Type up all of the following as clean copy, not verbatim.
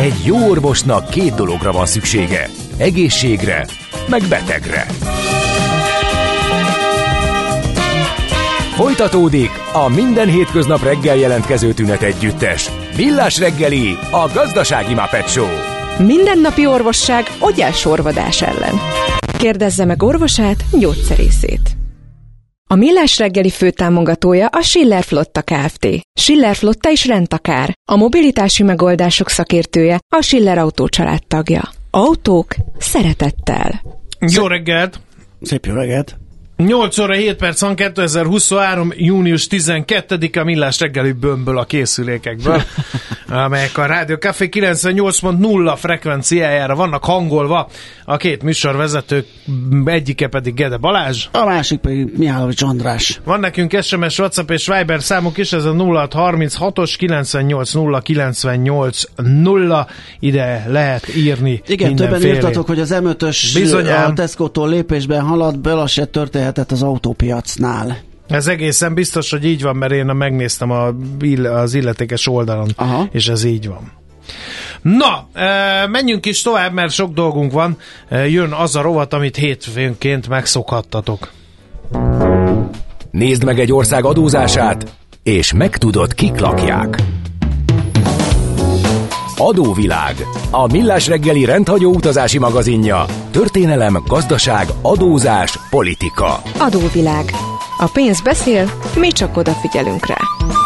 Egy jó orvosnak 2 dologra van szüksége. Egészségre, meg betegre. Folytatódik a minden hétköznap reggel jelentkező tünet együttes. Millás reggeli, a gazdasági Muppet Show. Mindennapi orvosság ogyásorvadás ellen. Kérdezze meg orvosát, gyógyszerészét. A Millás reggeli főtámogatója a Schiller Flotta Kft. Schiller Flotta és rendtakár. A mobilitási megoldások szakértője, a Schiller Autó család tagja. Autók szeretettel. Jó reggelt! Szép jó reggelt! 8 óra 7 perc van, 2023. június 12-a Millás reggeli bömböl a készülékekből, amelyek a Rádió Café 98.0 frekvenciájára vannak hangolva. A 2 műsorvezetők egyike pedig Gede Balázs. A másik pedig Mihálovics András. Van nekünk SMS, WhatsApp és Viber számunk is, ez a 0636-os 980980. Ide lehet írni. Igen, többen írtatok, hogy az M5-ös bizonyám a Tesco-tól lépésben halad, bele se történhetett az autópiacnál. Ez egészen biztos, hogy így van, mert én megnéztem az illetékes oldalon, aha, és ez így van. Na, menjünk is tovább, mert sok dolgunk van. Jön az a rovat, amit hétfőnként megszokhattatok. Nézd meg egy ország adózását, és megtudod, kik lakják. Adóvilág, a Millás reggeli rendhagyó utazási magazinja. Történelem, gazdaság, adózás, politika. Adóvilág. A pénz beszél, mi csak odafigyelünk rá.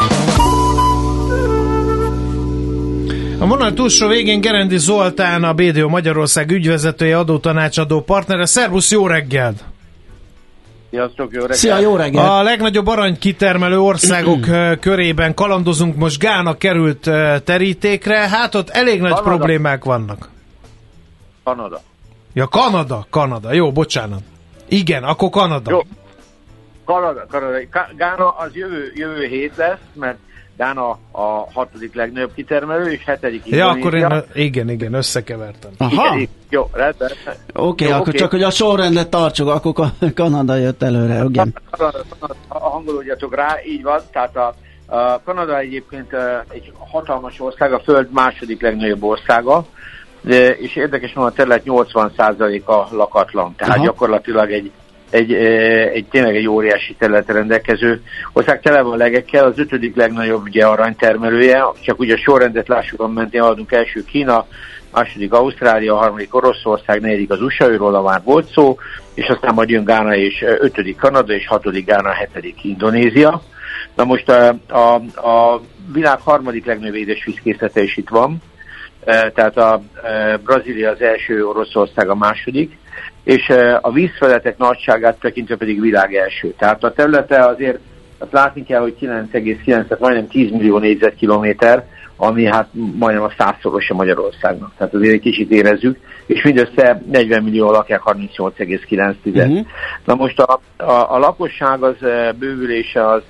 A vonal túlsó végén Gerendi Zoltán, a BDO Magyarország ügyvezetője, adótanácsadó partnere. Szervusz, jó reggelt! Sziasztok, jó reggelt! Szia, jó reggelt! A legnagyobb aranykitermelő országok körében kalandozunk, most Gána került terítékre, hát ott elég nagy problémák vannak. Kanada. Ja, Kanada, jó, bocsánat. Igen, akkor Kanada. Jó. Kanada. Gána az jövő hét lesz, mert Gána a 6. legnagyobb kitermelő, és 7. Indonézia. Ja, akkor én igen, összekevertem. Aha. Jó, rendben. Oké, akkor csak, hogy a sorrendet tartsuk, akkor Kanada jött előre, igen. Hangolódjatok rá, így van, tehát a Kanada egyébként egy hatalmas ország, a Föld 2. legnagyobb országa, és érdekes módon a terület 80%-a lakatlan, tehát gyakorlatilag egy tényleg egy óriási területre rendelkező ország, tele van legekkel, az 5. legnagyobb ugye aranytermelője, csak ugye a sorrendet lássuk, mentén haladunk: első Kína, 2. Ausztrália, 3. Oroszország, 4. az USA, őről már volt szó, és aztán majd jön Gána, és 5. Kanada, és 6. Gána, 7. Indonézia. Na most a világ 3. legnagyobb édesvízkészlete is itt van, tehát a Brazília az első, Oroszország a második, és a vízfelületek nagyságát tekintve pedig világ első. Tehát a területe azért, azt látni kell, hogy 9,9, tehát majdnem 10 millió négyzetkilométer, ami hát majdnem a 100-szorosa Magyarországnak. Tehát azért egy kicsit érezzük, és mindössze 40 millió lakják, 38,9. Na most a lakosság az bővülése az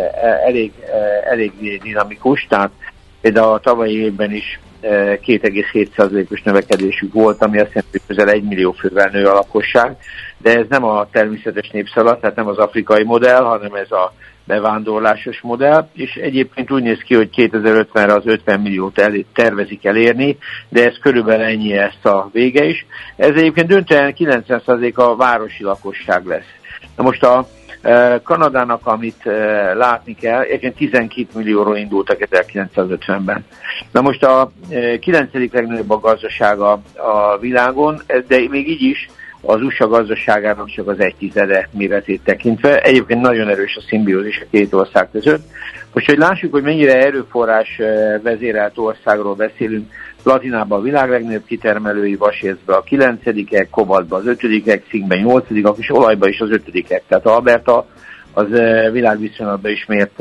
elég dinamikus, tehát például a tavalyi évben is 2,7%-os növekedésük volt, ami azt jelenti, hogy közel 1 millió fővel nő a lakosság, de ez nem a természetes népszaladt, tehát nem az afrikai modell, hanem ez a bevándorlásos modell, és egyébként úgy néz ki, hogy 2050-re az 50 milliót tervezik elérni, de ez körülbelül ennyi ezt a vége is. Ez egyébként döntően 90% a városi lakosság lesz. Na most a Kanadának, amit látni kell, egyébként 12 millióról indultak 1950-ben. Na most a 9. legnagyobb a gazdasága a világon, de még így is az USA gazdaságának csak az 1/10 méretét tekintve. Egyébként nagyon erős a szimbiózis a 2 ország között. Most, hogy lássuk, hogy mennyire erőforrás vezérelt országról beszélünk, platinában a világ legnagyobb kitermelői, vasészben a 9-ek, kobaltban az 5-ek, cinkben 8-ak, és olajban is az 5-ek. Tehát Alberta az világviszonylatban ismert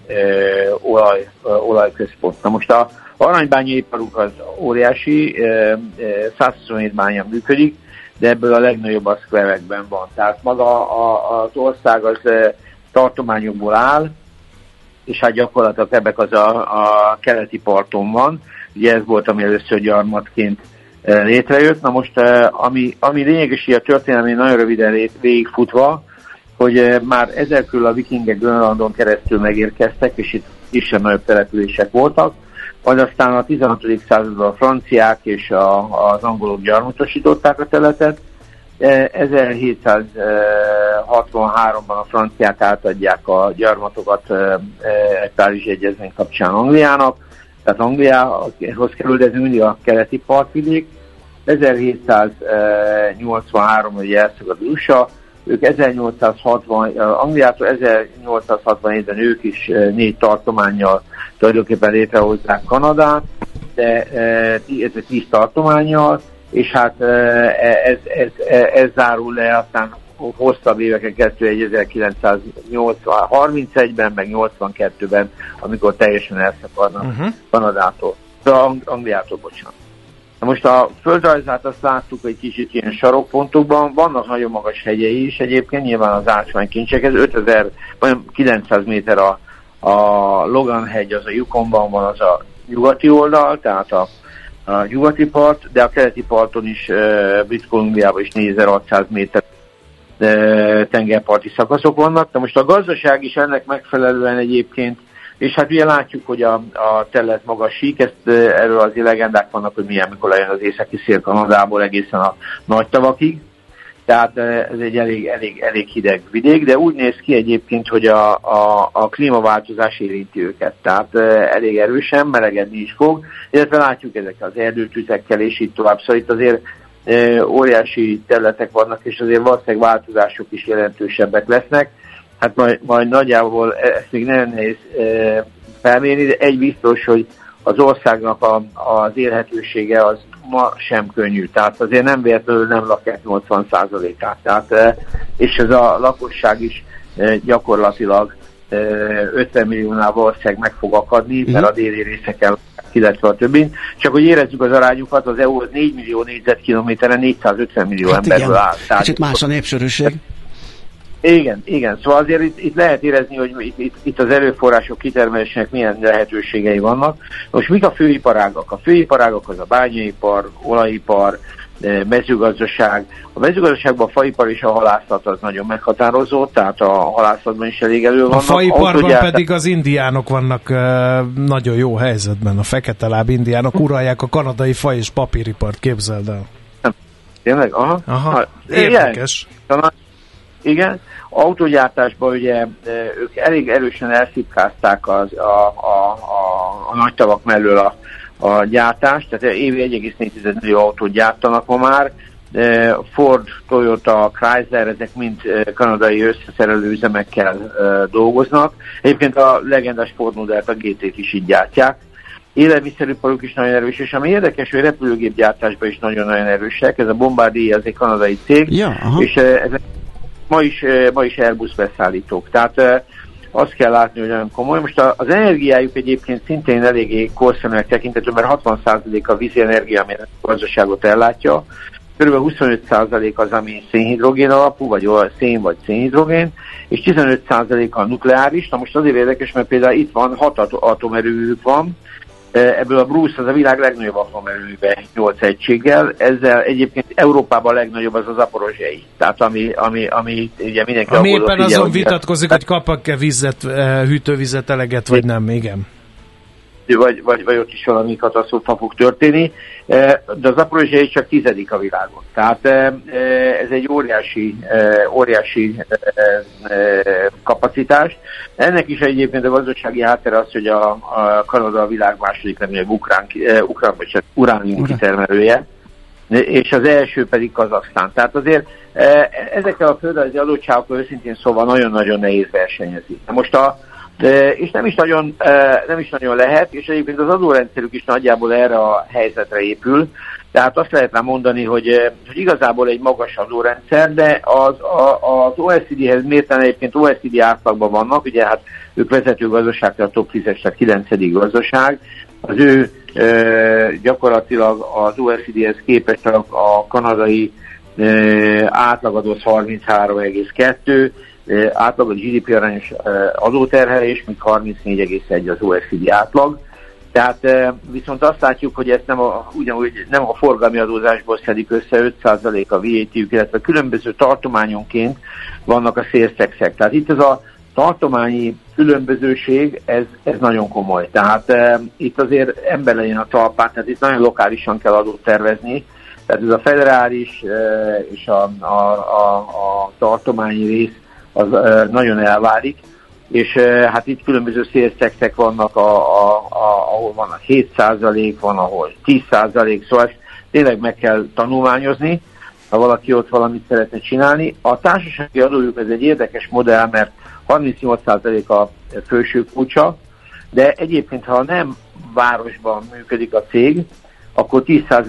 olajközpont. Na most a aranybányai iparuk az óriási, 127 bánya működik, de ebből a legnagyobb az Quebecben van. Tehát maga az ország az tartományokból áll, és hát gyakorlatilag Quebec az a keleti parton van. Ugye ez volt, ami először gyarmatként létrejött. Na most, ami lényeges, hogy a történelmi nagyon röviden végigfutva, hogy már 1000 körül a vikingek Grönlandon keresztül megérkeztek, és itt kisebb nagyobb települések voltak. majd aztán a 16. században a franciák és az angolok gyarmatosították a területet. 1763-ban a franciák átadják a gyarmatokat egy Párizsi Egyezmény kapcsán Angliának, tehát Angliához kerül, de ez mindig a keleti partvidék. 1783-ban ugye elszakad USA, ők 1860, Angliától 1867-ben ők is 4 tartománnyal tulajdonképpen létrehozzák Kanadát, de ez 10 tartománnyal, és hát ez zárul le aztán hosszabb éveken keresztül 1931-ben, meg 82-ben, amikor teljesen elszakadnak Kanadától, Angliától, bocsánat. Na most a földrajzát azt láttuk, hogy kicsit ilyen sarokpontokban, vannak nagyon magas hegyei is egyébként, nyilván az ásványkincsek, ez 900 méter a Logan hegy, az a Yukonban van, az a nyugati oldal, tehát a nyugati part, de a keleti parton is, Brit Columbiában is 4600 méter tengerparti szakaszok vannak. De most a gazdaság is ennek megfelelően egyébként, és hát ugye látjuk, hogy a terület magas sík, erről azért legendák vannak, hogy milyen, mikor lejön az északi szél Kanadából egészen a nagy tavakig. Tehát ez egy elég hideg vidék, de úgy néz ki egyébként, hogy a klímaváltozás érinti őket. Tehát elég erősen, melegedni is fog, illetve látjuk ezekkel az erdőtüzekkel, és így tovább. Szóval itt azért óriási területek vannak, és azért valószínűleg változások is jelentősebbek lesznek. Hát majd nagyjából ezt még nagyon nehéz felmérni, de egy biztos, hogy az országnak az élhetősége az ma sem könnyű. Tehát azért nem véletlenül nem lakják 80%-át. Tehát, és ez a lakosság is gyakorlatilag 50 milliónál valószínűleg meg fog akadni, mert a déli részeken, illetve a többin. Csak hogy érezzük az arányukat, az EU 4 millió négyzetkilométeren 450 millió emberből áll. Kicsit más a népsűrűség. Igen. Szóval azért itt lehet érezni, hogy itt az erőforrások kitermelésének milyen lehetőségei vannak. Most mik a főiparágak? A főiparágak az a bányaipar, olajipar, mezőgazdaság. A mezőgazdaságban a faipar és a halászat az nagyon meghatározó, tehát a halászatban is elég elő vannak. A faiparban pedig az indiánok vannak nagyon jó helyzetben. A feketeláb indiánok uralják a kanadai fa- és papíripart, képzeld el. Tényleg? Aha. Érdekes. Igen, autógyártásban ugye ők elég erősen elszipkázták a nagy tavak mellől a gyártást, tehát évi 1,4 millió autót gyártanak ma már. Ford, Toyota, Chrysler, ezek mind kanadai összeszerelő üzemekkel dolgoznak. Egyébként a legendás Ford modellt, a GT-t is így gyártják. Élelmiszeriparuk is nagyon erős, és ami érdekes, hogy repülőgépgyártásban is nagyon-nagyon erősek. Ez a Bombardier, az egy kanadai cég, és ezek ma is Airbus beszállítók. Tehát azt kell látni, hogy nagyon komoly. Most az energiájuk egyébként szintén eléggé korszerűnek tekintető, mert 60% a vízi energia, ami a gazdaságot ellátja. Körülbelül 25% az, ami szénhidrogén alapú, vagy szén vagy szénhidrogén, és 15% a nukleáris. Na most azért érdekes, mert például itt van 6 atomerőművük van, ebből a Bruce az a világ legnagyobb atomerőműve 8 egységgel, ezzel egyébként Európában a legnagyobb az a Zaporozsei. Tehát ami ugye mindenki ami éppen azon vitatkozik, hogy kap-e hűtővizet eleget, vagy nem, igen. Vagy ott is valami katasztrófa fog történni, de a Zaporozsei csak 10. a világon. Tehát ez egy óriási kapacitás. Ennek is egyébként a gazdasági háttere az, hogy a Kanada a világ második legnagyobb uránium kitermelője, és az első pedig Kazahsztán. Tehát azért ezekkel a földrajzi adottságokkal őszintén szóval nagyon-nagyon nehéz versenyezni. Most és nem is nagyon lehet, és egyébként az adórendszerük is nagyjából erre a helyzetre épül. Tehát azt lehetne mondani, hogy igazából egy magas adórendszer, de az OECD-hez mérten egyébként OECD átlagban vannak, ugye hát ők vezető gazdaság, a top 10-es, tehát 9. gazdaság. Az ő gyakorlatilag az OECD-hez képest a kanadai átlagadó 33,2, átlag a GDP arányos adóterhelés, míg 34,1 az OECD átlag. Tehát viszont azt látjuk, hogy ezt ugyanúgy nem a forgalmi adózásból szedik össze, 5% a VAT-jük, illetve különböző tartományonként vannak a sales taxek. Tehát itt ez a tartományi különbözőség, ez nagyon komoly. Tehát itt azért ember legyen a talpán, tehát itt nagyon lokálisan kell adót tervezni. Tehát ez a federális és a tartományi rész az nagyon elválik, és hát itt különböző sales taxek vannak, ahol vannak 7%, van ahol 10%, szóval ezt tényleg meg kell tanulmányozni, ha valaki ott valamit szeretne csinálni. A társasági adójuk ez egy érdekes modell, mert 38% a felső kulcsa, de egyébként, ha nem városban működik a cég, akkor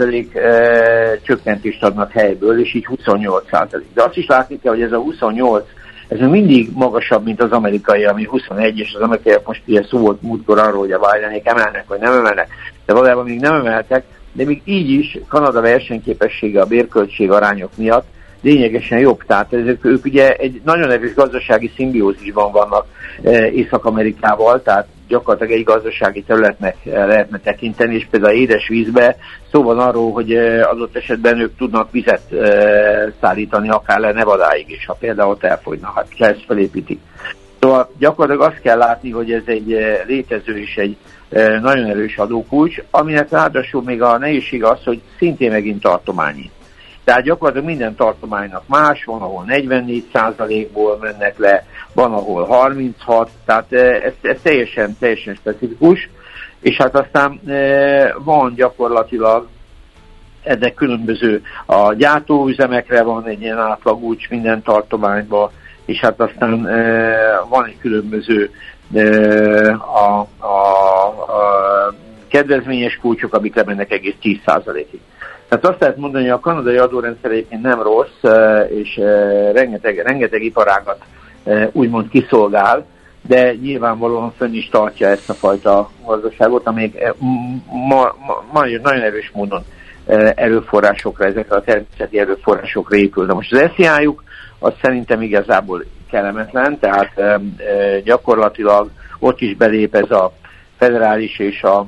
10% csökkentést adnak helyből, és így 28%. De azt is látni kell, hogy ez a 28, ez mindig magasabb, mint az amerikai, ami 21, és az amerikai most ilyen szó volt múltkor arról, hogy a Bidenék emelnek, vagy nem emelnek, de valójában még nem emeltek, de még így is Kanada versenyképessége a bérköltség arányok miatt lényegesen jobb. Tehát ők ugye egy nagyon erős gazdasági szimbiózisban vannak Észak-Amerikával, tehát gyakorlatilag egy gazdasági területnek lehetne tekinteni, és például édesvízbe szó van arról, hogy adott esetben ők tudnak vizet szállítani akár le Nevadáig is, ha például ott elfogyna, hát ezt felépítik. Szóval gyakorlatilag azt kell látni, hogy ez egy létező és egy nagyon erős adókulcs, aminek ráadásul még a nehézség az, hogy szintén megint tartományi. Tehát gyakorlatilag minden tartománynak más, van, ahol 44%-ból mennek le, van, ahol 36%, tehát ez teljesen specifikus, és hát aztán van gyakorlatilag ennek különböző, a gyártóüzemekre van egy ilyen átlagúcs minden tartományban, és hát aztán van egy különböző a kedvezményes kulcsok, amik lemennek egész 10%-ig. Tehát azt lehet mondani, hogy a kanadai adórendszer egyébként nem rossz, és rengeteg iparágat úgymond kiszolgál, de nyilvánvalóan fönn is tartja ezt a fajta gazdaságot, amelyik nagyon erős módon erőforrásokra, ezekre a természeti erőforrásokra épül. De most az SZIA-juk az szerintem igazából kellemetlen, tehát gyakorlatilag ott is belép ez a federális és a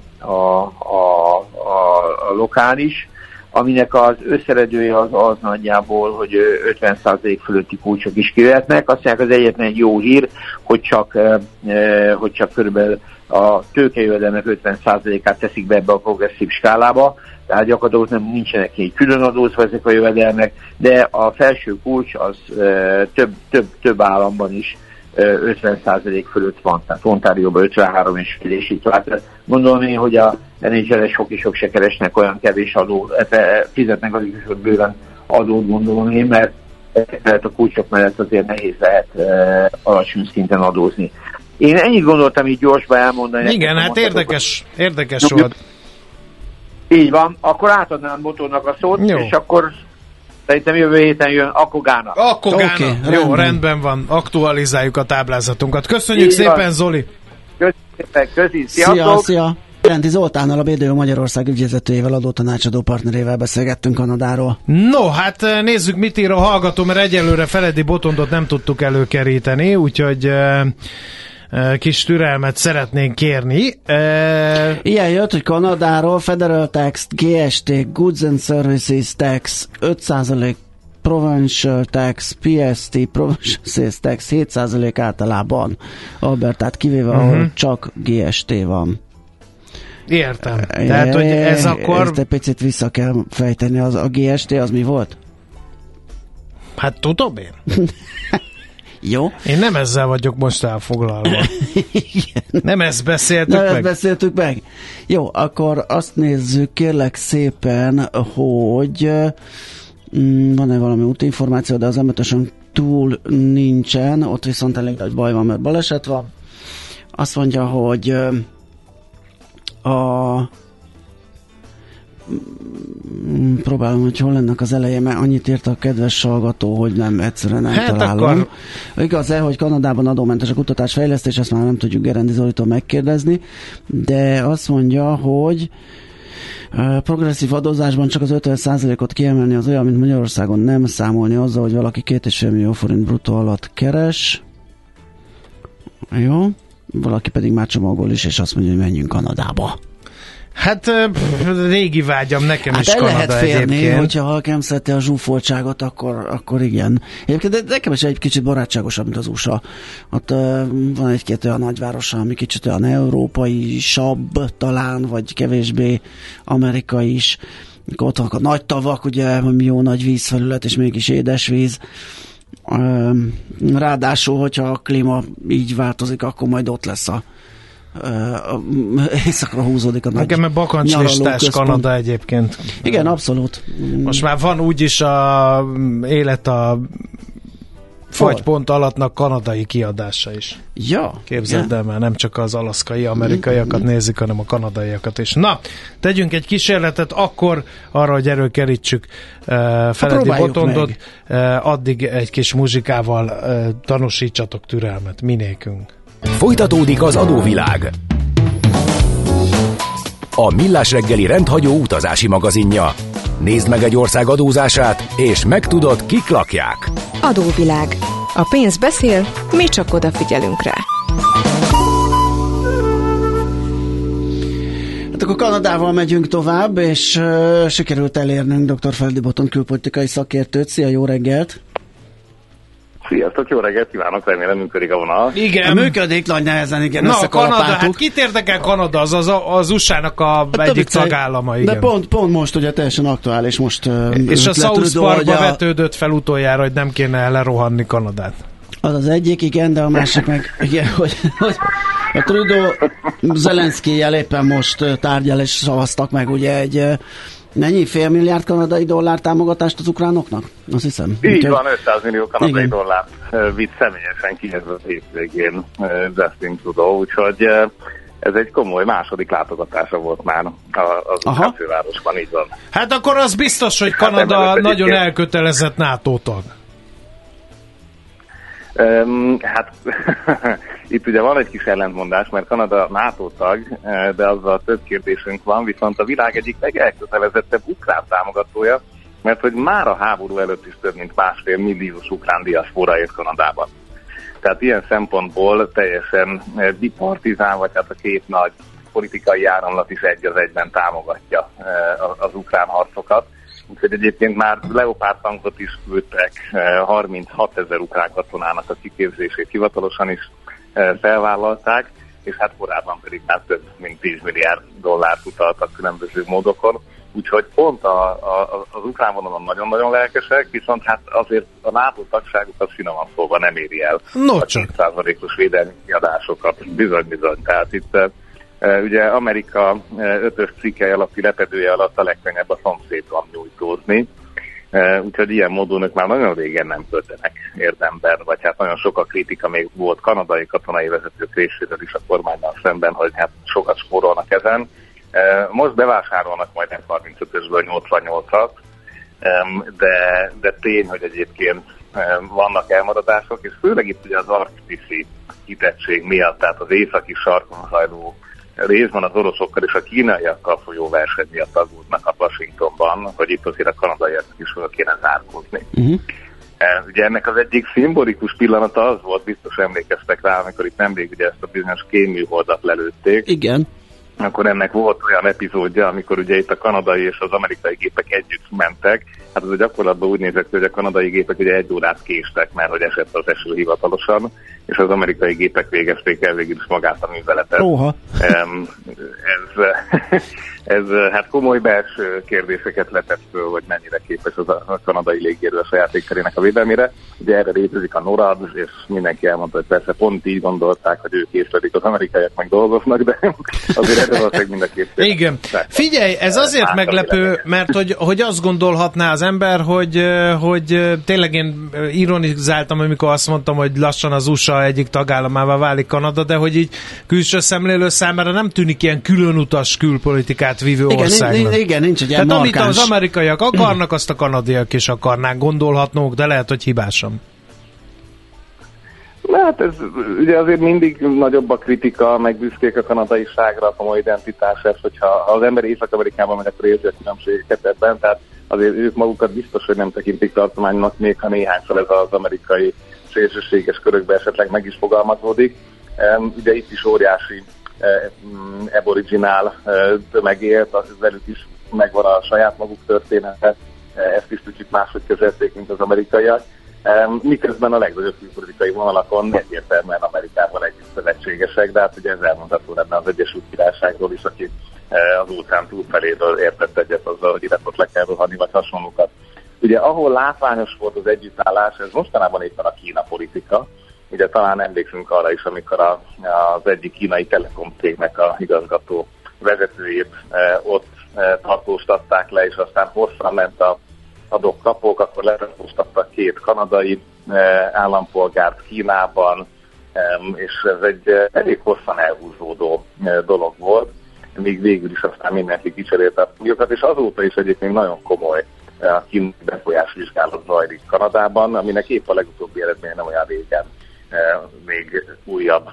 lokális, aminek az összeredője az nagyjából, hogy 50% fölötti kulcsok is kijöhetnek. Azt mondják, az egyetlen egy jó hír, hogy csak körülbelül a tőkejövedelmek 50%-át teszik be ebbe a progresszív skálába, tehát gyakorlatilag nincsenek így külön adózva ezek a jövedelmek, de a felső kulcs az több államban is 50% fölött van, tehát Ontárióban 53,5 és így tovább. Gondolom én, hogy a NHL-es sok se keresnek olyan kevés adót, fizetnek az is, hogy bőven adót, gondolom én, mert a kulcsok mellett azért nehéz lehet alacsony szinten adózni. Én ennyit gondoltam így gyorsba elmondani. Igen, hát érdekes volt. Így van, akkor átadnám Botónak a szót, jó. És akkor szerintem jövő héten jön Akogána. Okay, jó, rendben van, aktualizáljuk a táblázatunkat. Köszönjük szépen, Zoli! Köszönjük, sziasztok! Szia! Rendi Zoltánnal, a BDO Magyarország ügyvezetőjével, adótanácsadó partnerével beszélgettünk Kanadáról. No, hát nézzük, mit ír a hallgató, mert egyelőre Feledi Botondot nem tudtuk előkeríteni, úgyhogy kis türelmet szeretnénk kérni. Ilyen jött, hogy Kanadáról Federal Tax, GST, Goods and Services Tax 5%, Provincial Tax, PST, Provincial Sales Tax 7% általában. Albertát kivéve, ahol csak GST van. Értem. Tehát, hogy ez akkor... Ezt egy picit vissza kell fejteni. A GST az mi volt? Hát tudom én. Jó. Én nem ezzel vagyok most elfoglalva. Nem ezt beszéltük meg? Ezt beszéltük meg. Jó, akkor azt nézzük, kérlek szépen, hogy van-e valami útinformáció, de az M5-ösön túl nincsen, ott viszont elég nagy baj van, mert baleset van. Azt mondja, hogy próbálom, hogy hol lennek az eleje, mert annyit írt a kedves hallgató, hogy nem, egyszerűen nem találom. Akkor... Igaz-e, hogy Kanadában adómentes a kutatásfejlesztés, ezt már nem tudjuk Gerendi Zolitól megkérdezni, de azt mondja, hogy progresszív adózásban csak az 50%-ot kiemelni az olyan, mint Magyarországon, nem számolni azzal, hogy valaki 2,5 millió forint bruttó alatt keres. Jó. Valaki pedig már csomagol is, és azt mondja, hogy menjünk Kanadába. Hát régi vágyam nekem is el Kanada lehet férni, egyébként. hogyha halkemszeti a zsúfoltságot, akkor igen. Egyébként de nekem is egy kicsit barátságosabb, mint az USA. Ott van egy-két olyan nagyvárosa, ami kicsit olyan európai-sabb talán, vagy kevésbé amerikai is. Ott vannak a nagy tavak, ugye, jó nagy vízfelület, és mégis édesvíz. Ráadásul, hogyha a klíma így változik, akkor majd ott lesz éjszakra húzódik a nagy nekem bakancslistás Kanada egyébként. Igen, abszolút. Most már van úgyis a élet a fagypont alattnak kanadai kiadása is. Ja. Képzeld el, már nem csak az alaszkai amerikaiakat nézik, hanem a kanadaiakat is. Na, tegyünk egy kísérletet akkor arra, hogy előkerítsük Feledi Botondot. Addig egy kis muzsikával tanúsítsatok türelmet, minékünk. Folytatódik az adóvilág. A Millás reggeli rendhagyó utazási magazinja. Nézd meg egy ország adózását, és megtudod, kik lakják. Adóvilág. A pénz beszél, mi csak odafigyelünk rá. Hát akkor Kanadával megyünk tovább, és sikerült elérnünk dr. Feledi Botond külpolitikai szakértőt. Szia, jó reggelt! Sziasztok, jó reggelt kívánok, remélem működik a vonal. Igen. Működik nagy nehezen, igen, Na, Kanada, hát kit érdekel Kanada? Az USA-nak egyik tagállama, igen. De pont most ugye teljesen aktuális most. És a South Parkba vetődött fel utoljára, hogy nem kéne lerohanni Kanadát. Az egyik, igen, de a másik meg, igen, hogy a Trudeau Zelenszkijjel éppen most tárgyal és szavaztak meg ugye egy mennyi? $500 milliárd kanadai dollár támogatást az ukránoknak? Azt hiszem. Így van, 500 millió kanadai dollárt vitt személyesen ki ez a hétvégén Justin Trudeau, úgyhogy ez egy komoly második látogatása volt már az fővárosban, így van. Hát akkor az biztos, hogy Kanada nagyon elkötelezett NATO tag. Hát itt ugye van egy kis ellentmondás, mert Kanada NATO tag, de azzal több kérdésünk van, viszont a világ egyik legelkötelezettebb ukrán támogatója, mert hogy már a háború előtt is több mint 1,5 milliós ukrán diaszpora ért Kanadában. Tehát ilyen szempontból teljesen bipartizán, vagy hát a két nagy politikai áramlat is egy az egyben támogatja az ukrán harcokat. Úgyhogy egyébként már Leopard tankot is küldtek, 36 000 ukrán katonának a kiképzését hivatalosan is felvállalták, és hát korábban pedig már több mint $10 milliárd utaltak különböző módokon. Úgyhogy pont az ukrán vonalon nagyon-nagyon lelkesek, viszont hát azért a NATO tagságukat finoman szólva nem éri el a 2%-os védelmi kiadásokat. Bizony. Tehát itt ugye Amerika 5-ös cikkely alatti lepedője alatt a legkönnyebb a szomszédban nyújtózni, úgyhogy ilyen módon ők már nagyon régen nem költenek érdemben, vagy hát nagyon sok a kritika még volt kanadai katonai vezetők részéről is a kormánynal szemben, hogy hát sokat spórolnak ezen. Most bevásárolnak majd 35-ösből 88-at, de tény, hogy egyébként vannak elmaradások, és főleg itt ugye az arktiszi kitettség miatt, tehát az északi sarkon zajló részben az oroszokkal és a kínaiakkal folyó verseny miatt aggódnak a Washingtonban, hogy itt azért a kanadaiak is fel kéne zárkózni. Ugye ennek az egyik szimbolikus pillanata az volt, biztos emlékeztek rá, amikor itt nemrég ugye ezt a bizonyos kémműholdat lelőtték. Igen. Akkor ennek volt olyan epizódja, amikor ugye itt a kanadai és az amerikai gépek együtt mentek. Hát az a gyakorlatban úgy nézett, hogy a kanadai gépek ugye 1 órát késtek, mert hogy esett az eső hivatalosan, és az amerikai gépek végezték el végül is magát a műveletet. Ez hát komoly belső kérdéseket letett föl, hogy mennyire képes az a kanadai légierő a saját légterének a védelmére. Ugye erre létezik a NORAD, és mindenki elmondta, hogy persze pont így gondolták, hogy ők készledik, az amerikaiak meg dolgoznak, de azért erre valószínűleg mind a két. Igen. Figyelj, ez azért meglepő, mert hogy azt gondolhatná az ember, hogy tényleg én ironizáltam, amikor azt mondtam, hogy lassan az USA egyik tagállamává válik Kanada, de hogy így külső szemlélő számára nem tűnik ilyen különutas külpolitikát vívő országnak. Igen, nincs egy ilyen markáns. Tehát amit az amerikaiak akarnak, azt a kanadiak is akarnák, gondolhatnók, de lehet, hogy hibásan. Hát ez ugye azért mindig nagyobb a kritika, meg büszkék a kanadaiságra, a komoly identitásért, hogyha az ember Észak-Amerikában megy, akkor érzi a különbségeket ebben, tehát azért ők magukat biztos, hogy nem tekintik tartománynak, még ha néhányszor ez az amerikai szélsőséges körökbe esetleg meg is fogalmazódik. Ugye itt is óriási aboriginál tömegélt, velük is megvan a saját maguk története, ezt is kicsit máshogy kezelték, mint az amerikaiak. Miközben a legnagyobb külpolitikai vonalakon egyértelműen Amerikával együtt szövetségesek, de hát ugye ez elmondható lenne az Egyesült Királyságról is, aki az óceán túlfeléről értett egyet azzal, hogy Irakot le kell rohanni, vagy hasonlókat. Ugye ahol látványos volt az együttállás, ez mostanában éppen a Kína politika. Ugye talán emlékszünk arra is, amikor az egyik kínai telekom cégnek a igazgató vezetőjét ott tartóztatták le, és aztán hosszan ment a adok-kapok, akkor letartóztattak 2 kanadai állampolgárt Kínában, és ez egy elég hosszan elhúzódó dolog volt, míg végül is aztán mindenki kicserélte a foglyokat, és azóta is egyébként nagyon komoly kínai befolyásvizsgálat zajlik Kanadában, aminek épp a legutóbbi eredménye nem olyan régen még újabb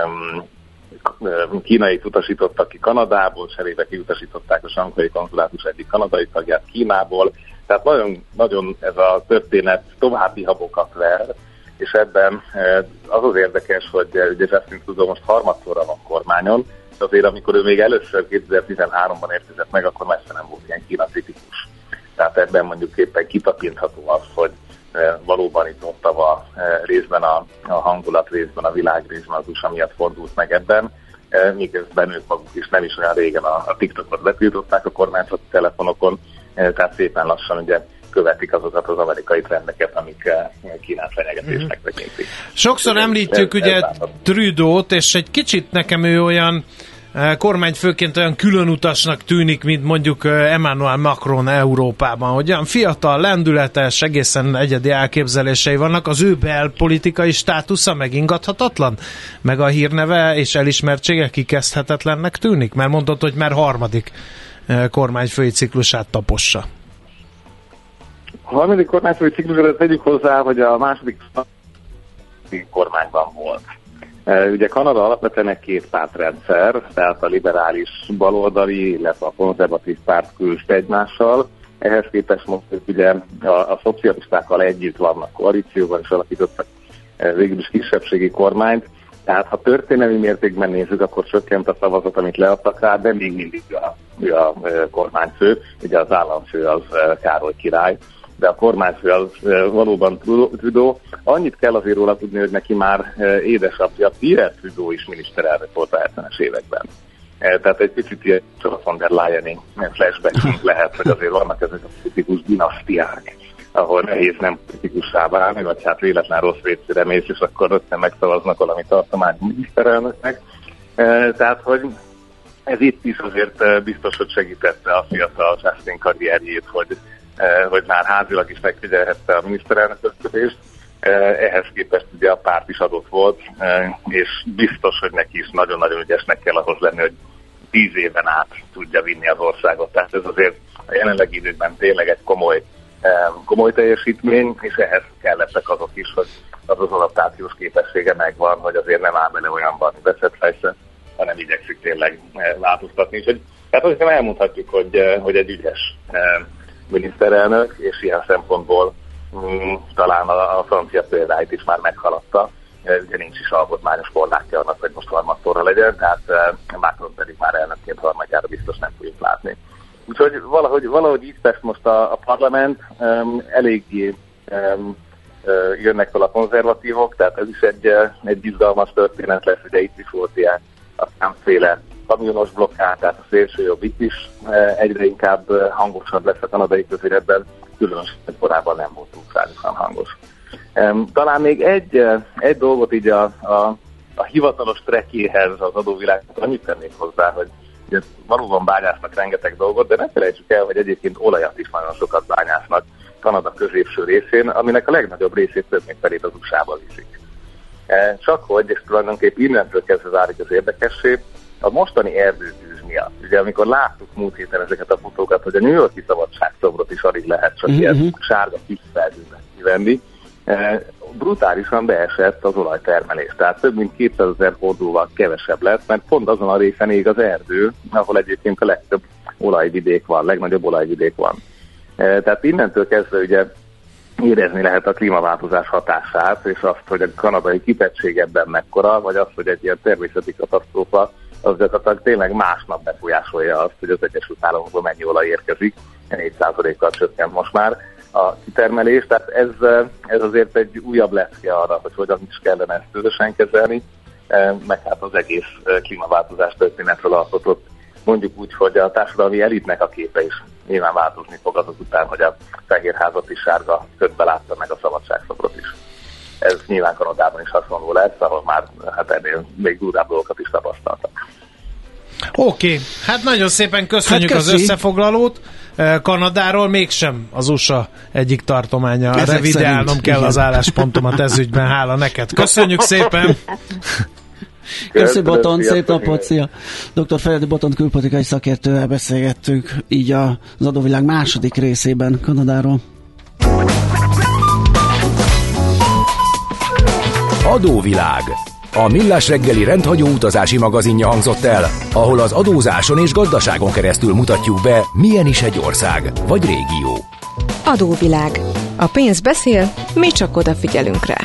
kínait utasítottak ki Kanadából, cserébe kiutasították a shanghai konzulátus egyik kanadai tagját Kínából, tehát nagyon, nagyon ez a történet további habokat ver, és ebben az érdekes, hogy ugye Justin Trudeau most harmadszorra van kormányon, és azért amikor ő még először 2013-ban érkezett meg, akkor messze nem volt ilyen Kína kritikus. Tehát ebben mondjuk éppen kitapintható az, hogy valóban itt Ottawa részben a hangulat, részben a világ, részben az USA miatt fordult meg ebben, miközben ők maguk is nem is olyan régen a TikTokot betiltották a kormányzati telefonokon, tehát szépen lassan ugye követik azokat az amerikai trendeket, amik Kínát fenyegetésnek tekintik. Sokszor említjük ugye Trudeau-t, és egy kicsit nekem ő olyan kormányfőként olyan különutasnak tűnik, mint mondjuk Emmanuel Macron Európában, hogy olyan fiatal, lendületes, egészen egyedi elképzelései vannak, az ő belpolitikai státusza megingathatatlan, meg a hírneve és elismertsége kikezdhetetlennek tűnik, mert mondod, hogy már harmadik kormányfői ciklusát tapossa. A harmadik kormányfői ciklusra tegyük hozzá, hogy a második kormányban volt. Ugye Kanada alapvetően egy 2 pártrendszer, tehát a liberális baloldali, illetve a konzervatív párt küzd egymással. Ehhez képest most ugye a szocialistákkal együtt vannak koalícióban, és alakítottak végül is kisebbségi kormányt. Tehát ha történelmi mértékben nézzük, akkor csökkent a szavazat, amit leadtak rá, de még mindig a kormányfő, ugye az államfő az Károly király, de a kormányfő az valóban Trudeau. Annyit kell azért róla tudni, hogy neki már édesapja Pierre Trudeau is miniszterelnök volt a 70-es években. Tehát egy picit ilyen von der Leyen-i flashback lehet, hogy azért vannak ezek a politikus dinasztiák, ahol nehéz nem politikussá válni, vagy hát véletlen rossz vécére mész, és akkor rögtön megszavaznak valami tartományi miniszterelnöknek. Tehát, hogy ez itt is azért biztos, hogy segítette a fiatal Justin karrierjét, hogy már házilag is megfigyelhette a miniszterelnököt, ehhez képest ugye a párt is adott volt, és biztos, hogy neki is nagyon-nagyon ügyesnek kell ahhoz lenni, hogy 10 éven át tudja vinni az országot. Tehát ez azért a jelenlegi időkben tényleg egy komoly teljesítmény, és ehhez kellettek azok is, hogy az adaptációs képessége megvan, hogy azért nem áll bele olyanban veszett fejsze, hanem igyekszik tényleg változtatni. És tehát azért elmondhatjuk, hogy egy ügyes miniszterelnök, és ilyen szempontból talán a francia példáit is már meghaladta. Ugye nincs is alkotmányos korlátja annak, hogy most harmadszorra legyen, tehát Macron pedig már elnökként harmadjára biztos nem fogjuk látni. Úgyhogy valahogy így tesz most a parlament, eléggé jönnek fel a konzervatívok, tehát ez is egy izgalmas történet lesz, ugye itt is volt ilyen aztánféle kamionos blokkád, tehát a szélsőjobb itt is egyre inkább hangosabb lesz a kanadai közéletben, különösen korábban nem volt túlságosan hangos. Talán még egy dolgot így a hivatalos trekkjéhez az adóvilágnak annyit tennék hozzá, hogy ugye, valóban bányásznak rengeteg dolgot, de ne felejtsük el, hogy egyébként olajat is nagyon sokat bányásznak Kanada középső részén, aminek a legnagyobb részét több mint felét az USA-ba viszik. Csak hogy, és tulajdonképp innentől kezdve válik az érdekessé, a mostani erdőtűz miatt. Ugye amikor láttuk múlt héten ezeket a fotókat, hogy a New York-i szabadságszobrot is alig lehet csak ilyen sárga kis-feldőben kivenni, brutálisan beesett az olajtermelés. Tehát több mint 200 000 hordóval kevesebb lett, mert pont azon a részen ég az erdő, ahol egyébként a legtöbb olajvidék van, legnagyobb olajvidék van. Tehát innentől kezdve ugye érezni lehet a klímaváltozás hatását, és azt, hogy a kanadai kitettség ebben mekkora, vagy azt, hogy egy ilyen természeti katasztrófa az gyakorlatilag tényleg másnap befolyásolja azt, hogy az Egyesült Államokból mennyi olaj érkezik, 4%-kal csökkent most már a kitermelés, tehát ez azért egy újabb lecke arra, hogy hogyan is kellene ezt közösen kezelni, meg hát az egész klímaváltozás történetről alkotott, mondjuk úgy, hogy a társadalmi elitnek a képe is nyilván változni fog azok után, hogy a Fehérházat is sárga ködbe látta, meg a szabadságszobrot is. Ez nyilván Kanadában is hasonló lesz, ahol már hát ennél még durvább dolgokat is tapasztaltak. Oké, hát nagyon szépen köszönjük az összefoglalót. Kanadáról mégsem az USA egyik tartománya. Revideálnom kell az álláspontomat ez ügyben, hála neked. Köszönjük szépen! Köszönjük, Botont, szép napot, szia! Dr. Feledi Botont külpolitikai szakértővel beszélgettünk így az adóvilág második részében Kanadáról. Adóvilág. A Millás reggeli rendhagyó utazási magazinja hangzott el, ahol az adózáson és gazdaságon keresztül mutatjuk be, milyen is egy ország vagy régió. Adóvilág. A pénz beszél, mi csak odafigyelünk rá.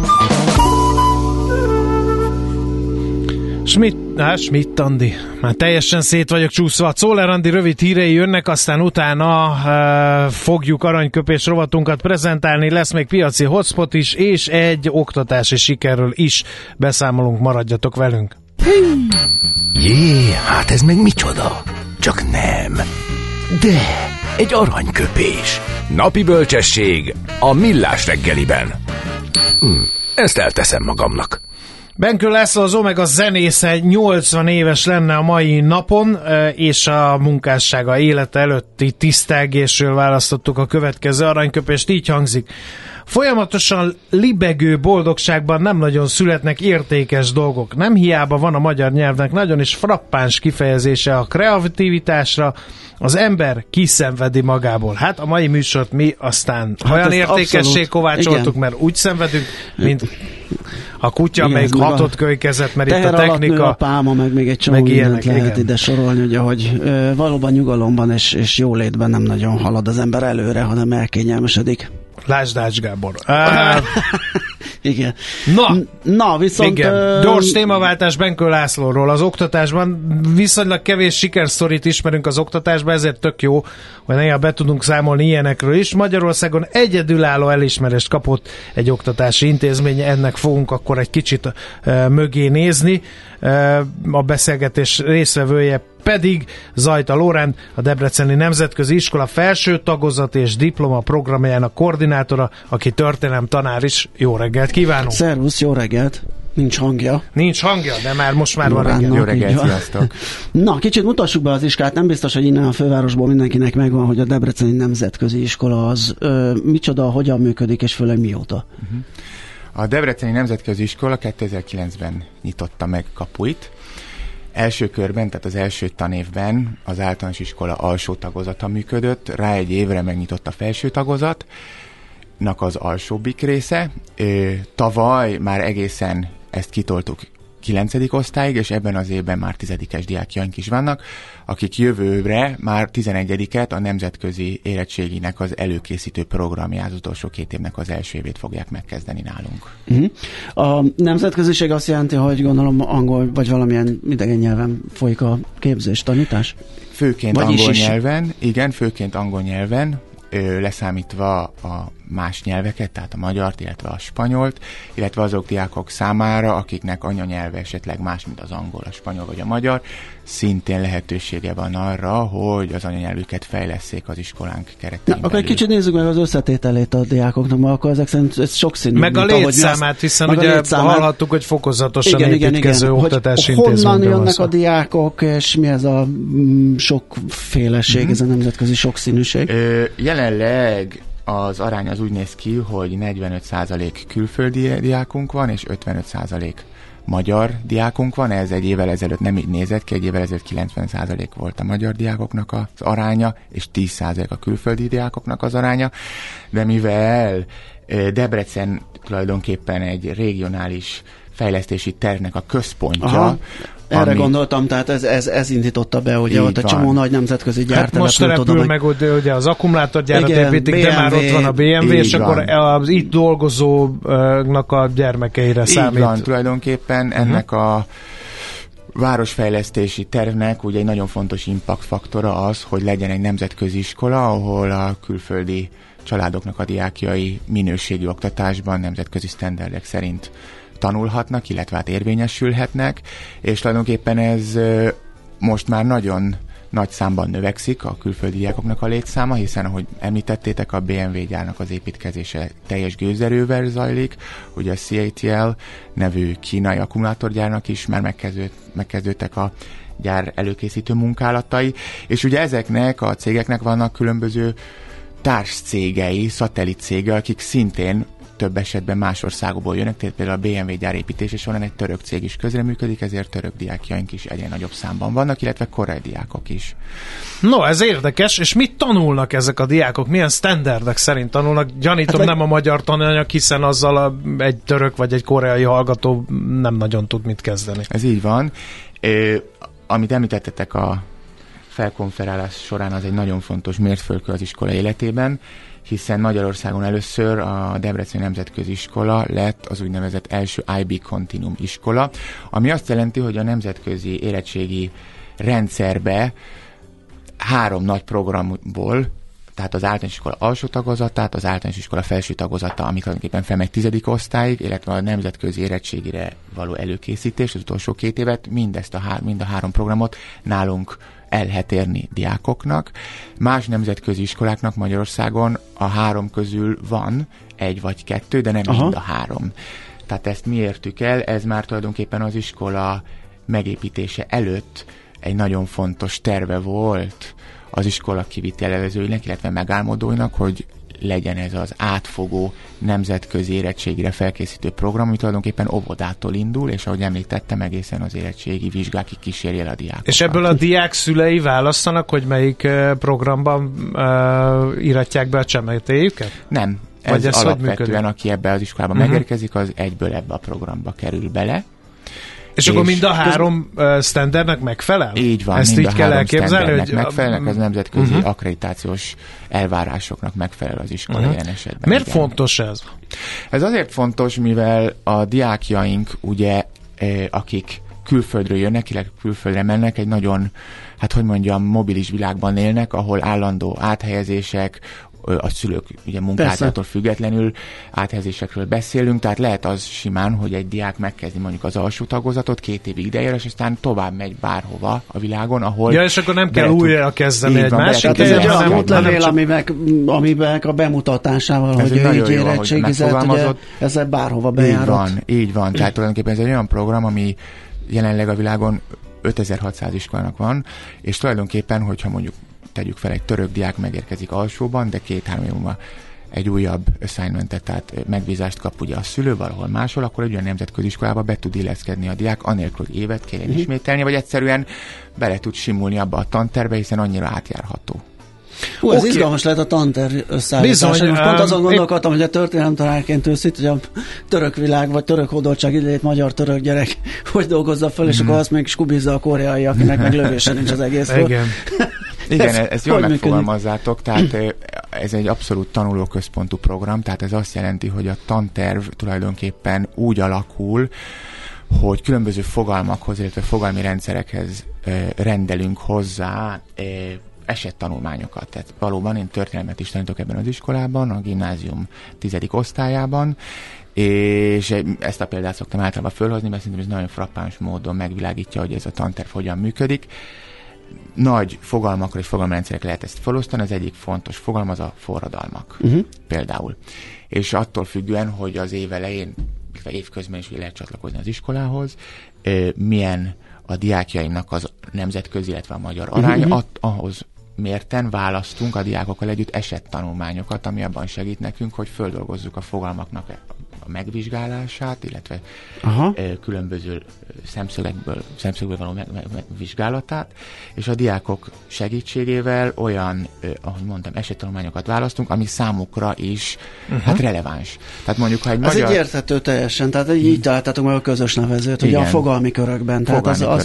Schmidt Andi. Már teljesen szét vagyok csúszva. A Czoller Andi rövid hírei jönnek, aztán utána fogjuk aranyköpés rovatunkat prezentálni. Lesz még piaci hotspot is, és egy oktatási sikerről is beszámolunk. Maradjatok velünk. Jé, hát ez meg micsoda? Csak nem. De egy aranyköpés. Napi bölcsesség a Millás reggeliben. Ezt elteszem magamnak. Benkő László, az Omega zenésze 80 éves lenne a mai napon, és a munkássága élete előtti tisztelgésről választottuk a következő aranyköpést, így hangzik. Folyamatosan libegő boldogságban nem nagyon születnek értékes dolgok. Nem hiába van a magyar nyelvnek nagyon is frappáns kifejezése a kreativitásra, az ember kiszenvedi magából. Hát a mai műsort mi aztán olyan értékessé kovácsoltuk, mert úgy szenvedünk, mint a kutya, amelyik hatot kölykezett, mert itt a technika... a pálma, meg még egy csomó mindent lehet ide sorolni, ugye, hogy valóban nyugalomban és jólétben nem nagyon halad az ember előre, hanem elkényelmesedik. Lásd Ács Gábor. Igen. Na, viszont... Igen. Gyors témaváltás Benkő Lászlóról. Az oktatásban viszonylag kevés sikersztorit ismerünk az oktatásban, ezért tök jó, hogy néha be tudunk számolni ilyenekről is. Magyarországon egyedülálló elismerést kapott egy oktatási intézmény, ennek fogunk akkor egy kicsit mögé nézni. A beszélgetés résztvevője pedig Zajta Lórend, a Debreceni Nemzetközi Iskola felső tagozat és diploma programjának koordinátora, aki történelem tanár is. Jó reggelt kívánunk! Szervusz, jó reggelt! Nincs hangja, de már most már van reggel. Jó reggelt, sziasztok! Na, kicsit mutassuk be az iskolát. Nem biztos, hogy innen a fővárosból mindenkinek megvan, hogy a Debreceni Nemzetközi Iskola az micsoda, hogyan működik, és főleg mióta. A Debreceni Nemzetközi Iskola 2009-ben nyitotta meg kapuit. Első körben, tehát az első tanévben az általános iskola alsó tagozata működött, rá egy évre megnyitott a felső tagozatnak az alsóbbik része. Tavaly már egészen ezt kitoltuk 9. osztályig, és ebben az évben már 10-es diákjaink is vannak, akik jövőre már 11-et a nemzetközi érettséginek az előkészítő programját, az utolsó 2 évnek az első évét fogják megkezdeni nálunk. A nemzetköziség azt jelenti, hogy gondolom angol vagy valamilyen idegen nyelven folyik a képzés, tanítás? Főként angol nyelven, igen, főként angol nyelven, leszámítva a más nyelveket, tehát a magyart, illetve a spanyolt, illetve azok diákok számára, akiknek anyanyelve esetleg más, mint az angol, a spanyol vagy a magyar, szintén lehetősége van arra, hogy az anyanyelvüket fejlesszék az iskolánk keretén belül. Akkor egy kicsit nézzük meg az összetételét a diákoknak, mert akkor ezek szerint ez sokszínű. Meg a létszámát, hiszen ugye hallhattuk, hogy fokozatosan építkező oktatási intézményben. Honnan jönnek a diákok, és mi ez a sokféleség, ez a nemzetközi sokszínűség? Jelenleg az arány az úgy néz ki, hogy 45% külföldi diákunk van, és 55% magyar diákunk van. Ez egy évvel ezelőtt nem így nézett ki, egy évvel ezelőtt 90% volt a magyar diákoknak az aránya, és 10% a külföldi diákoknak az aránya. De mivel Debrecen tulajdonképpen egy regionális fejlesztési tervnek a központja, erre gondoltam, tehát ez indította be, ugye ott a csomó nagy nemzetközi gyártelepült. Hát most repül meg ugye az akkumulátorgyárat építik, BMW, de már ott van a BMW, és akkor az itt dolgozóknak a gyermekeire számít. Így van, tulajdonképpen ennek a városfejlesztési tervnek ugye egy nagyon fontos impact faktora az, hogy legyen egy nemzetközi iskola, ahol a külföldi családoknak a diákjai minőségi oktatásban nemzetközi sztenderdek szerint tanulhatnak, illetve hát érvényesülhetnek, és tulajdonképpen ez most már nagyon nagy számban növekszik a külföldi diákoknak a létszáma, hiszen ahogy említettétek, a BMW gyárnak az építkezése teljes gőzerővel zajlik, ugye a CATL nevű kínai akkumulátorgyárnak is már megkezdődtek a gyár előkészítő munkálatai, és ugye ezeknek a cégeknek vannak különböző társcégei, szatellitcége, akik szintén több esetben más országokból jönnek, tehát például a BMW gyár építése során egy török cég is közreműködik, ezért török diákjaink is egyre nagyobb számban vannak, illetve koreai diákok is. No, ez érdekes, és mit tanulnak ezek a diákok? Milyen standardek szerint tanulnak? Gyanítom, nem a magyar tananyag, hiszen azzal egy török vagy egy koreai hallgató nem nagyon tud mit kezdeni. Ez így van. Amit említettetek a felkonferálás során, az egy nagyon fontos mérföldkő az iskola életében, hiszen Magyarországon először a Debreceni Nemzetközi Iskola lett az úgynevezett első IB Continuum iskola, ami azt jelenti, hogy a nemzetközi érettségi rendszerbe 3 nagy programból, tehát az általános iskola alsó tagozatát, az általános iskola felső tagozata, ami tulajdonképpen felmegy 10. osztályig, illetve a nemzetközi érettségire való előkészítés, az utolsó 2 évet, mind a 3 programot nálunk el lehet érni diákoknak. Más nemzetközi iskoláknak Magyarországon a 3 közül van 1 vagy 2, de nem mind a 3. Tehát ezt mi értük el, ez már tulajdonképpen az iskola megépítése előtt egy nagyon fontos terve volt az iskola kivitelezőinek, illetve megálmodóinak, hogy legyen ez az átfogó nemzetközi érettségire felkészítő program, ami tulajdonképpen óvodától indul, és ahogy említettem, egészen az érettségi vizsgákig kíséri el a diákokat. És ebből a diák szülei választanak, hogy melyik programban íratják be a csemetéjüket? Nem. Ez alapvetően, aki ebbe az iskolában megérkezik, az egyből ebbe a programba kerül bele. És akkor mind a 3 standardnek megfelel? Így van, ezt mind így a kell 3 elképzelni, hogy megfelelnek, az nemzetközi akkreditációs elvárásoknak megfelel az iskola ilyen esetben. Miért fontos ez? Ez azért fontos, mivel a diákjaink, ugye, akik külföldről jönnek, illetve külföldre mennek, egy nagyon, mobilis világban élnek, ahol állandó áthelyezések, a szülők ugye munkától függetlenül áthelyezésekről beszélünk, tehát lehet az simán, hogy egy diák megkezdi mondjuk az alsó tagozatot, 2 évig idejér, és aztán tovább megy bárhova a világon, ahol... Ja, és akkor nem kell újra kezdeni egy másik helyen. Ez egy olyan útlevél, amiben a bemutatásával, hogy ő így érettségizett, ugye ezzel bárhova bejárott. Így van. Tehát tulajdonképpen ez egy olyan program, ami jelenleg a világon 5600 iskolának van, és tulajdonképpen, hogyha mondjuk tegyük fel, egy török diák megérkezik alsóban, de 2-3 év múlva egy újabb assignmentet, tehát megbízást kap ugye a szülő valahol máshol, akkor egy olyan nemzetközi iskolába be tud illeszkedni a diák, anélkül, hogy évet kell ismételni, vagy egyszerűen bele tud simulni abba a tanterbe, hiszen annyira átjárható. Ez izgalmas lehet a tanterv összeállítása. Most pont azon gondolkodtam, hogy a történelemtanárként őszít, hogy a török világ, vagy török hódoltság idejét magyar-török gyerek hogy dolgozza fel, és akkor azt még skubizza a koreai, akinek meg lövése nincs az egészről. Igen, ezt jól megfogalmazzátok, tehát ez egy abszolút tanulóközpontú program, tehát ez azt jelenti, hogy a tanterv tulajdonképpen úgy alakul, hogy különböző fogalmakhoz, illetve fogalmi rendszerekhez rendelünk hozzá esettanulmányokat. Tehát valóban én történelmet is tanítok ebben az iskolában, a gimnázium 10. osztályában, és ezt a példát szoktam általában fölhozni, mert szerintem ez nagyon frappáns módon megvilágítja, hogy ez a tanterv hogyan működik. Nagy fogalmakra és fogalmrendszerek lehet ezt felosztani, az egyik fontos fogalom az a forradalmak például. És attól függően, hogy az év elején, évközben is lehet csatlakozni az iskolához, milyen a diákjainknak az nemzetközi, illetve a magyar aránya, ahhoz mérten választunk a diákokkal együtt esettanulmányokat, ami abban segít nekünk, hogy földolgozzuk a fogalmaknak a megvizsgálását, illetve különböző szemszögből való megvizsgálatát, és a diákok segítségével olyan, ahogy mondtam, esettanulmányokat választunk, ami számukra is releváns. Tehát mondjuk, ha egy magyar... Ez egy érthető teljesen, tehát így találtatok meg a közös nevezőt, ugye a fogalmi körökben. Tehát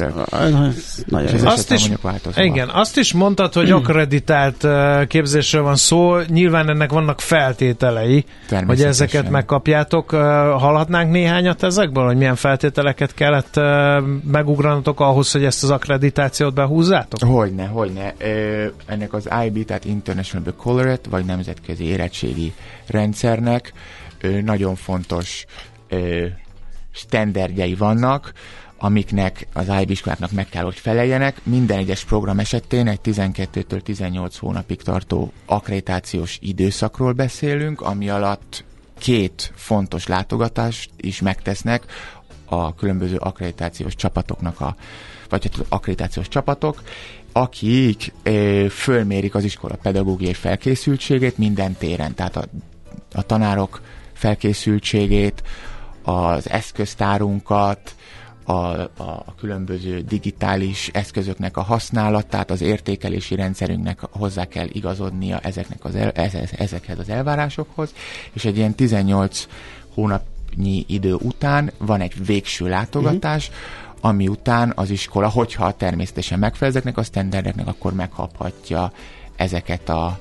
azt is mondtad, hogy akkreditált képzésről van szó, nyilván ennek vannak feltételei, hogy ezeket megkapjátok. vizsgálatok, hallhatnánk néhányat ezekből, hogy milyen feltételeket kellett megugranatok ahhoz, hogy ezt az akkreditációt behúzzátok? Hogyne. Ennek az IB, tehát International Baccalaureate, vagy nemzetközi érettségi rendszernek nagyon fontos standardjai vannak, amiknek az IB iskoláknak meg kell, hogy feleljenek. Minden egyes program esetén egy 12-től 18 hónapig tartó akkreditációs időszakról beszélünk, ami alatt 2 fontos látogatást is megtesznek a különböző akkreditációs csapatoknak, vagy akkreditációs csapatok, akik fölmérik az iskola pedagógiai felkészültségét minden téren, tehát a tanárok felkészültségét, az eszköztárunkat, a különböző digitális eszközöknek a használatát, az értékelési rendszerünknek hozzá kell igazodnia ezekhez az elvárásokhoz, és egy ilyen 18 hónapnyi idő után van egy végső látogatás, ami után az iskola, hogyha természetesen megfelel ezeknek a sztenderdeknek, akkor megkaphatja ezeket a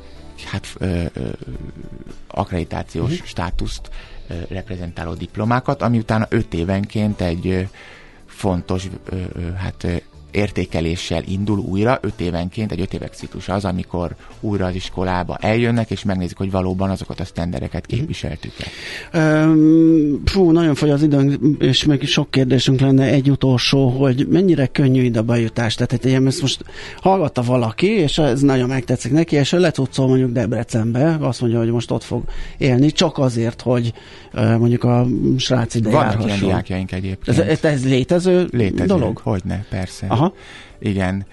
akkreditációs státuszt reprezentáló diplomákat, ami utána 5 évenként egy fontos értékeléssel indul újra, 5 évenként, egy 5 évek ciklus az, amikor újra az iskolába eljönnek, és megnézik, hogy valóban azokat a sztendereket képviseltük-e. Nagyon fogy az időnk, és még sok kérdésünk lenne, egy utolsó, hogy mennyire könnyű ide bejutás. Tehát ezt most hallgatta valaki, és ez nagyon megtetszik neki, és lecuccol mondjuk Debrecenbe, azt mondja, hogy most ott fog élni, csak azért, hogy mondjuk a srác ide járhasson. Vannak ilyen diákjaink egyébként. Ez létező dolog? Hogyne, persze. Aha. Igen.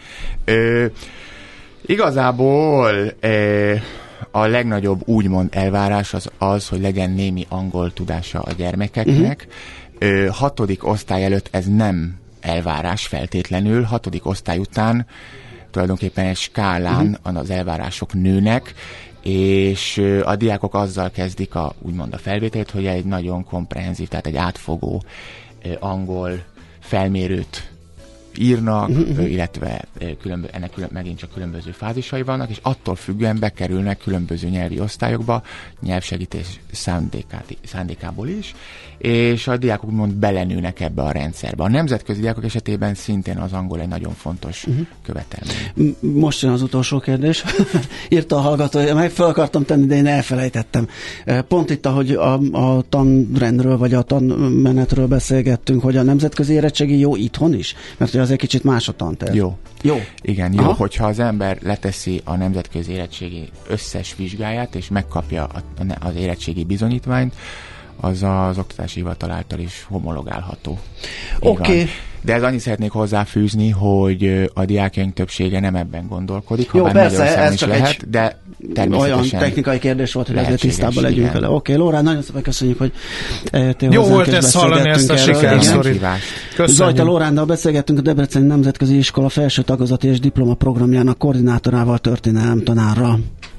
Igazából a legnagyobb úgymond elvárás az, hogy legyen némi angol tudása a gyermekeknek. 6. osztály előtt ez nem elvárás feltétlenül, 6. osztály után tulajdonképpen egy skálán az elvárások nőnek, és a diákok azzal kezdik úgymond a felvételt, hogy egy nagyon komprehenzív, tehát egy átfogó angol felmérőt írnak, illetve ennek megint csak különböző fázisai vannak, és attól függően bekerülnek különböző nyelvi osztályokba, nyelvsegítés szándékából is, és a diákok úgymond belenőnek ebbe a rendszerbe. A nemzetközi diákok esetében szintén az angol egy nagyon fontos követelmény. Most jön az utolsó kérdés. Írta a hallgató, meg fel akartam tenni, de én elfelejtettem. Pont itt, ahogy a tanrendről, vagy a tanmenetről beszélgettünk, hogy a nemzetközi érettségi jó itthon is? Mert az egy kicsit más a tanterv. Jó. Igen, jó. Aha. Hogyha az ember leteszi a nemzetközi érettségi összes vizsgáját, és megkapja az érettségi bizonyítványt, az az oktatási hivatal által is homologálható. Oké. De ez annyit szeretnék hozzáfűzni, hogy a diákjaink többsége nem ebben gondolkodik. Jó, persze, ez csak lehet, de természetesen olyan technikai kérdés volt, hogy ezért tisztában legyünk vele. Oké, Lórán, nagyon szépen köszönjük, hogy eljöttél hozzánk. Jó volt ezt hallani, ezt a sikersztorit. Zajta Lóránnal beszélgettünk, a Debreceni Nemzetközi Iskola felső tagozati és diploma programjának koordinátorával, történelemtanárral.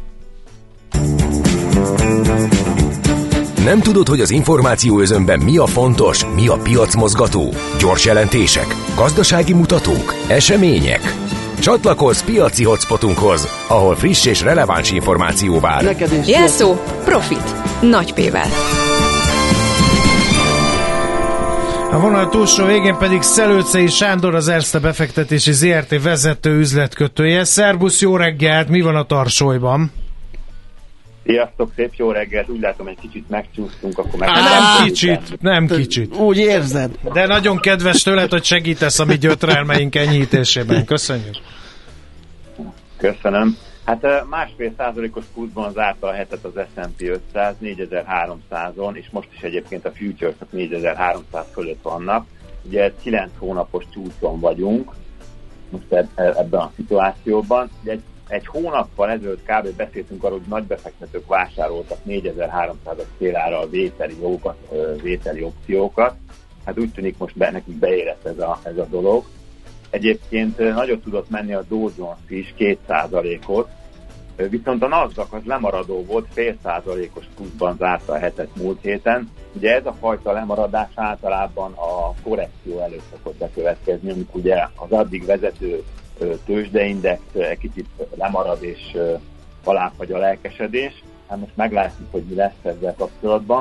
Nem tudod, hogy az információ özönben mi a fontos, mi a piacmozgató? Gyors jelentések, gazdasági mutatók, események? Csatlakozz piaci hotspotunkhoz, ahol friss és releváns információ vár. Jelszó Profit. Nagy P-vel. A vonal túlsó végén pedig Szelőcei Sándor, az Erste befektetési ZRT vezető üzletkötője. Szerbusz, jó reggelt, mi van a tarsolyban? Sziasztok, szép jó reggelt, úgy látom, egy kicsit megcsúsztunk, akkor nem kicsit. Úgy érzed. De nagyon kedves tőled, hogy segítesz a mi gyötrelmeink enyhítésében. Köszönjük. Köszönöm. Hát 1,5%-os pluszban zárta a hetet az S&P 500 4300-on, és most is egyébként a futures-ok 4300 fölött vannak. Ugye 9 hónapos csúcson vagyunk most ebben a szituációban. Ugye egy hónappal ezelőtt kb. Beszéltünk arról, hogy nagy befektetők vásároltak 4300-as célárral vételi opciókat. Hát úgy tűnik most nekik beérett ez a dolog. Egyébként nagyot tudott menni a Dow Jones is 2%-ot, viszont a Nasdaq az lemaradó volt, 0,5%-os pluszban zárta a hetet múlt héten. Ugye ez a fajta lemaradás általában a korrekció előtt szokott bekövetkezni, amikor ugye az addig vezető tőzsdeindex egy kicsit lemarad és alábbhagy a lelkesedés. Hát most meglátjuk, hogy mi lesz ezzel kapcsolatban.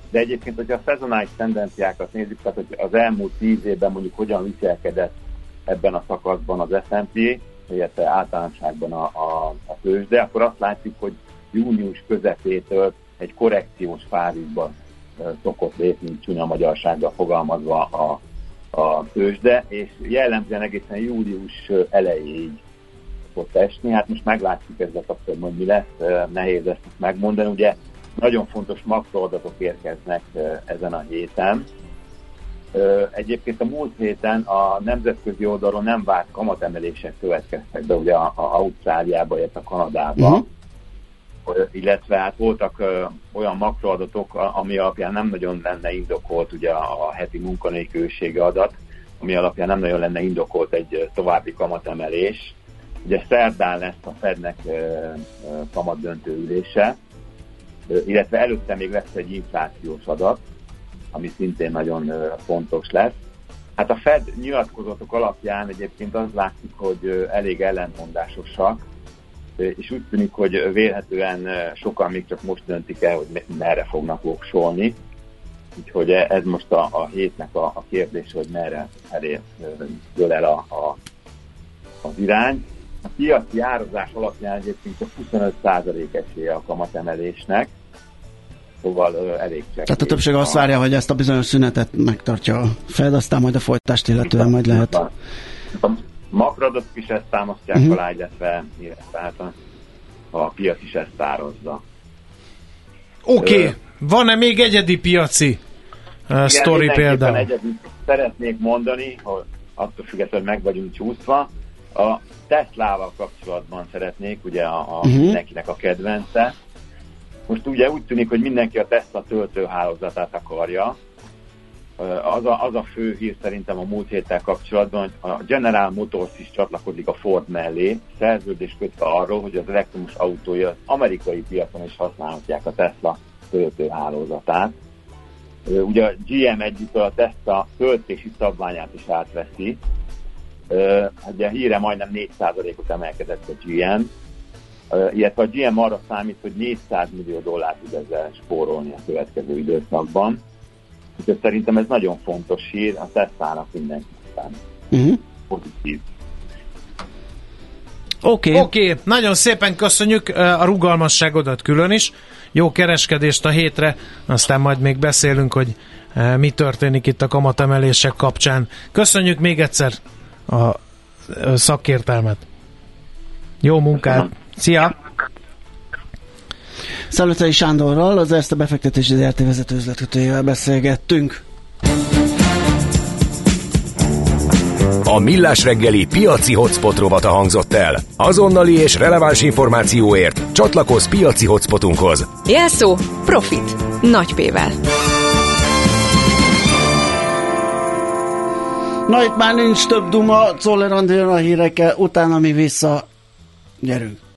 de egyébként, hogyha a szezonális tendenciákat nézzük, tehát hogy az elmúlt 10 évben mondjuk hogyan viselkedett ebben a szakaszban az S&P, illetve általánosságban a tőzsde, akkor azt látjuk, hogy június közepétől egy korrekciós fázisban szokott lépni, csúnya magyarsággal fogalmazva a tőzsde, és jellemzően egészen július elejéig szokott esni. Hát most meglátjuk ezzel kapcsolatban, hogy mi lesz, nehéz ezt megmondani. Ugye nagyon fontos makroadatok érkeznek ezen a héten. Egyébként a múlt héten a nemzetközi oldalon nem várt kamatemelések következtek be, ugye a Ausztráliába, illetve a Kanadába, illetve hát voltak olyan makroadatok, ami alapján nem nagyon lenne indokolt, ugye a heti munkanélküliségi adat, ami alapján nem nagyon lenne indokolt egy további kamatemelés. Ugye szerdán lesz a Fednek kamatdöntő ülése, illetve előtte még lesz egy inflációs adat, ami szintén nagyon fontos lesz. Hát a Fed nyilatkozatok alapján egyébként az látszik, hogy elég ellentmondásosak, és úgy tűnik, hogy vélhetően sokan még csak most döntik el, hogy merre fognak voksolni. Úgyhogy ez most a hétnek a kérdés, hogy merre dől el az irány. A piaci árazás alapján egyébként a 25% esélye a kamatemelésnek, szóval elég csekély. Tehát a többség azt várja, hogy ezt a bizonyos szünetet megtartja a Fed, aztán majd a folytást illetően majd lehet. A makroadatok is ezt támasztják alá, illetve a piac is ezt tározza. Oké. Van-e még egyedi piaci sztori például? Egyedül szeretnék mondani, hogy attól függetlenül meg vagyunk csúszva. A Teslával kapcsolatban szeretnék, ugye mindenkinek a kedvence. Most ugye úgy tűnik, hogy mindenki a Tesla töltőhálózatát akarja. Az a fő hír szerintem a múlt héttel kapcsolatban, hogy a General Motors is csatlakozik a Ford mellé, szerződés kötve arról, hogy az elektromos autója az amerikai piacon is használhatják a Tesla töltőhálózatát. Ugye a GM egyúttal a Tesla töltési szabványát is átveszi. Ugye a híre majdnem 4%-ot emelkedett a GM, illetve a GM arra számít, hogy $400 millió tud ezzel spórolni a következő időszakban. Úgyhogy szerintem ez nagyon fontos hír, a Teslának mindenképpen pozitív. Oké. Nagyon szépen köszönjük a rugalmasságodat külön is. Jó kereskedést a hétre, aztán majd még beszélünk, hogy mi történik itt a kamatemelések kapcsán. Köszönjük még egyszer a szakértelmet. Jó munkát! Szia! Szalutei Sándorral, az Erste befektetési ZRT vezető üzletkötőjével beszélgettünk. A Millás reggeli piaci hotspot rovata hangzott el. Azonnali és releváns információért csatlakozz piaci hotspotunkhoz. Jelszó Profit. Nagy P-vel. Na, itt már nincs több duma, Czoller Andi jön a hírekkel, utána mi vissza. Gyerünk!